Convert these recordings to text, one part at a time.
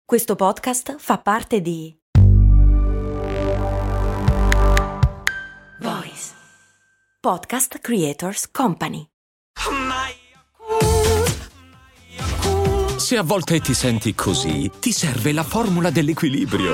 Questo podcast fa parte di Voice Podcast Creators Company. Se a volte ti senti così, ti serve la formula dell'equilibrio.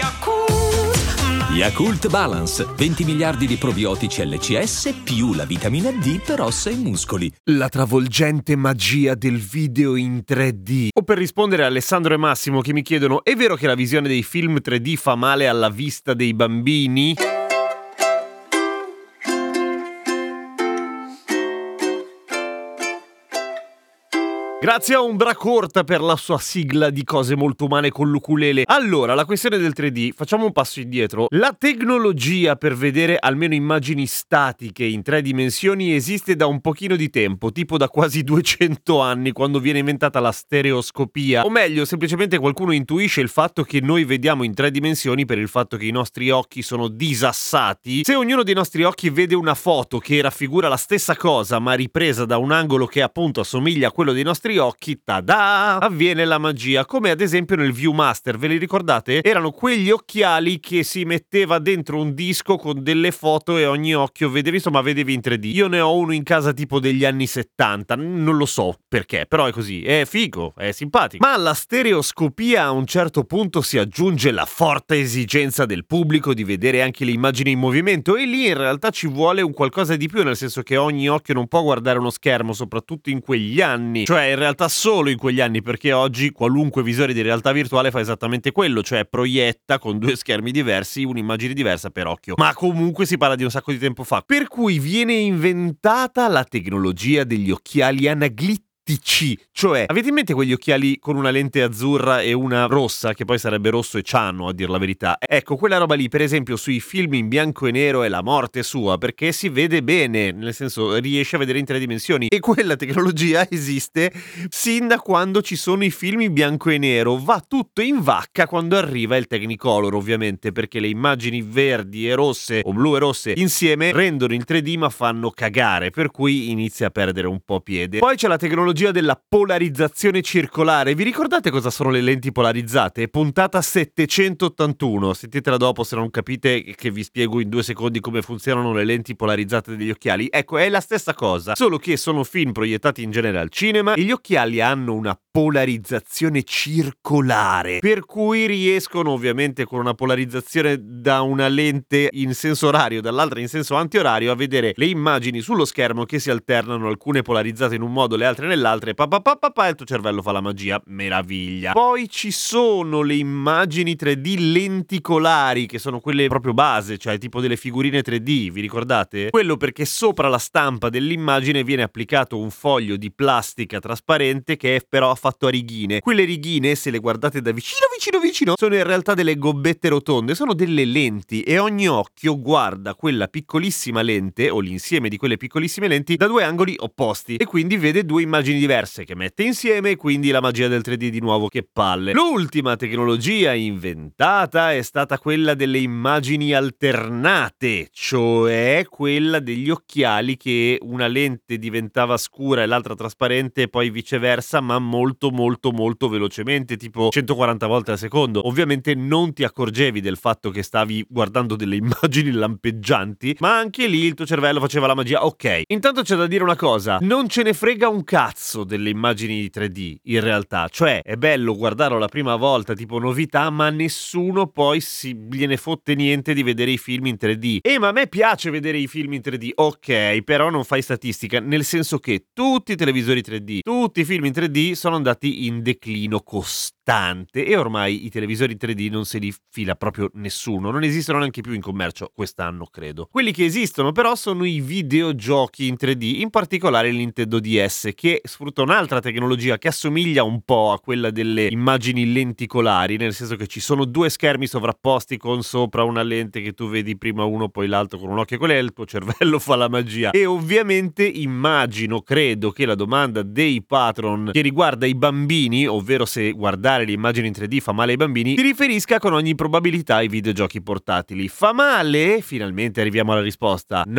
Yakult Balance, 20 miliardi di probiotici LCS più la vitamina D per ossa e muscoli. La travolgente magia del video in 3D. O per rispondere a Alessandro e Massimo che mi chiedono: è vero che la visione dei film 3D fa male alla vista dei bambini? Grazie a Ombra Corta per la sua sigla di cose molto umane con l'ukulele. Allora, la questione del 3D, facciamo un passo indietro. La tecnologia per vedere almeno immagini statiche in 3 dimensioni esiste da un pochino di tempo, tipo da quasi 200 anni, quando viene inventata la stereoscopia. O meglio, semplicemente qualcuno intuisce il fatto che noi vediamo in 3 dimensioni per il fatto che i nostri occhi sono disassati. Se ognuno dei nostri occhi vede una foto che raffigura la stessa cosa, ma ripresa da un angolo che appunto assomiglia a quello dei nostri occhi, tada! Avviene la magia, come ad esempio nel Viewmaster, ve li ricordate? Erano quegli occhiali che si metteva dentro un disco con delle foto e ogni occhio vedevi, insomma vedevi in 3D. Io ne ho uno in casa tipo degli anni 70, non lo so perché, però è così, è figo, è simpatico. Ma alla stereoscopia a un certo punto si aggiunge la forte esigenza del pubblico di vedere anche le immagini in movimento, e lì in realtà ci vuole un qualcosa di più, nel senso che ogni occhio non può guardare uno schermo, soprattutto in quegli anni, cioè in realtà solo in quegli anni, perché oggi qualunque visore di realtà virtuale fa esattamente quello, cioè proietta con 2 schermi diversi un'immagine diversa per occhio. Ma comunque si parla di un sacco di tempo fa, per cui viene inventata la tecnologia degli occhiali anaglittici. Cioè, avete in mente quegli occhiali con una lente azzurra e una rossa, che poi sarebbe rosso e ciano a dir la verità? Ecco, quella roba lì per esempio sui film in bianco e nero è la morte sua, perché si vede bene, nel senso riesce a vedere in 3 dimensioni, e quella tecnologia esiste sin da quando ci sono i film in bianco e nero. Va tutto in vacca quando arriva il Technicolor, ovviamente, perché le immagini verdi e rosse o blu e rosse insieme rendono il 3D ma fanno cagare, per cui inizia a perdere un po' piede. Poi c'è la tecnologia della polarizzazione circolare. Vi ricordate cosa sono le lenti polarizzate? Puntata 781, sentitela dopo se non capite, che vi spiego in 2 secondi come funzionano le lenti polarizzate degli occhiali. Ecco, è la stessa cosa, solo che sono film proiettati in genere al cinema e gli occhiali hanno una polarizzazione circolare, per cui riescono, ovviamente con una polarizzazione da una lente in senso orario, dall'altra in senso antiorario, a vedere le immagini sullo schermo che si alternano, alcune polarizzate in un modo, le altre nell'altro, e il tuo cervello fa la magia, meraviglia. Poi ci sono le immagini 3D lenticolari, che sono quelle proprio base, cioè tipo delle figurine 3D, vi ricordate? Quello perché sopra la stampa dell'immagine viene applicato un foglio di plastica trasparente che è però fatto a righine. Quelle righine, se le guardate da vicino, sono in realtà delle gobbette rotonde, sono delle lenti, e ogni occhio guarda quella piccolissima lente o l'insieme di quelle piccolissime lenti da 2 angoli opposti, e quindi vede 2 immagini diverse che mette insieme, e quindi la magia del 3D di nuovo, che palle. L'ultima tecnologia inventata è stata quella delle immagini alternate, cioè quella degli occhiali che una lente diventava scura e l'altra trasparente, e poi viceversa, ma molto velocemente, tipo 140 volte al secondo. Ovviamente non ti accorgevi del fatto che stavi guardando delle immagini lampeggianti, ma anche lì il tuo cervello faceva la magia. Ok, intanto c'è da dire una cosa: non ce ne frega un cazzo delle immagini di 3D in realtà, cioè è bello guardarlo la prima volta tipo novità, ma nessuno poi gliene fotte niente di vedere i film in 3D. Ma a me piace vedere i film in 3D, ok, però non fai statistica, nel senso che tutti i televisori 3D, tutti i film in 3D sono andati in declino costante, e ormai i televisori 3D non se li fila proprio nessuno, non esistono neanche più in commercio quest'anno, credo. Quelli che esistono però sono i videogiochi in 3D, in particolare il Nintendo DS, che sfrutta un'altra tecnologia che assomiglia un po' a quella delle immagini lenticolari, nel senso che ci sono 2 schermi sovrapposti con sopra una lente che tu vedi prima uno poi l'altro con un occhio, e qual è, il tuo cervello fa la magia. E ovviamente immagino, credo che la domanda dei patron che riguarda i bambini, ovvero se guardare le immagini in 3D fa male ai bambini, si riferisca con ogni probabilità ai videogiochi portatili. Fa male? Finalmente arriviamo alla risposta. No,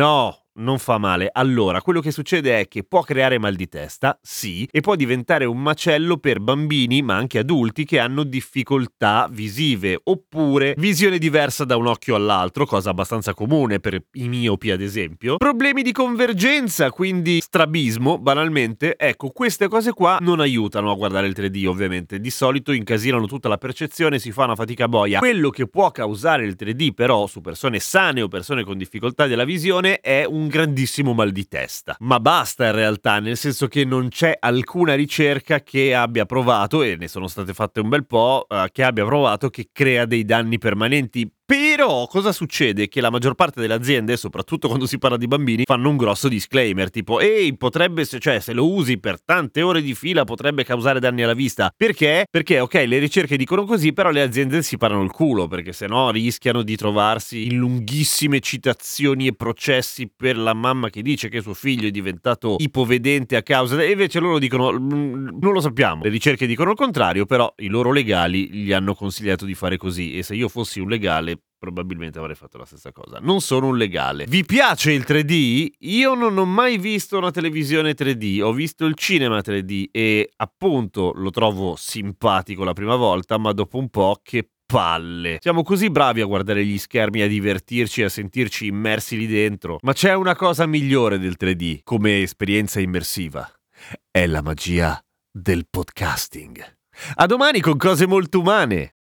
non fa male. Allora, quello che succede è che può creare mal di testa, sì, e può diventare un macello per bambini, ma anche adulti che hanno difficoltà visive, oppure visione diversa da un occhio all'altro, cosa abbastanza comune per i miopi ad esempio. Problemi di convergenza, quindi strabismo, banalmente. Ecco, queste cose qua non aiutano a guardare il 3D, ovviamente. Di solito incasinano tutta la percezione, si fa una fatica boia. Quello che può causare il 3D, però, su persone sane o persone con difficoltà della visione, è un grandissimo mal di testa. Ma basta in realtà, nel senso che non c'è alcuna ricerca che abbia provato, e ne sono state fatte un bel po', che abbia provato che crea dei danni permanenti. Però cosa succede? Che la maggior parte delle aziende, soprattutto quando si parla di bambini, fanno un grosso disclaimer tipo ehi, potrebbe, se lo usi per tante ore di fila potrebbe causare danni alla vista. Perché? Perché ok, le ricerche dicono così, però le aziende si parano il culo, perché sennò rischiano di trovarsi in lunghissime citazioni e processi per la mamma che dice che suo figlio è diventato ipovedente a causa e invece loro dicono non lo sappiamo. Le ricerche dicono il contrario, però i loro legali gli hanno consigliato di fare così, e se io fossi un legale probabilmente avrei fatto la stessa cosa. Non sono un legale. Vi piace il 3D? Io non ho mai visto una televisione 3D, ho visto il cinema 3D e appunto lo trovo simpatico la prima volta, ma dopo un po' che palle. Siamo così bravi a guardare gli schermi, a divertirci, a sentirci immersi lì dentro. Ma c'è una cosa migliore del 3D come esperienza immersiva. È la magia del podcasting. A domani con cose molto umane.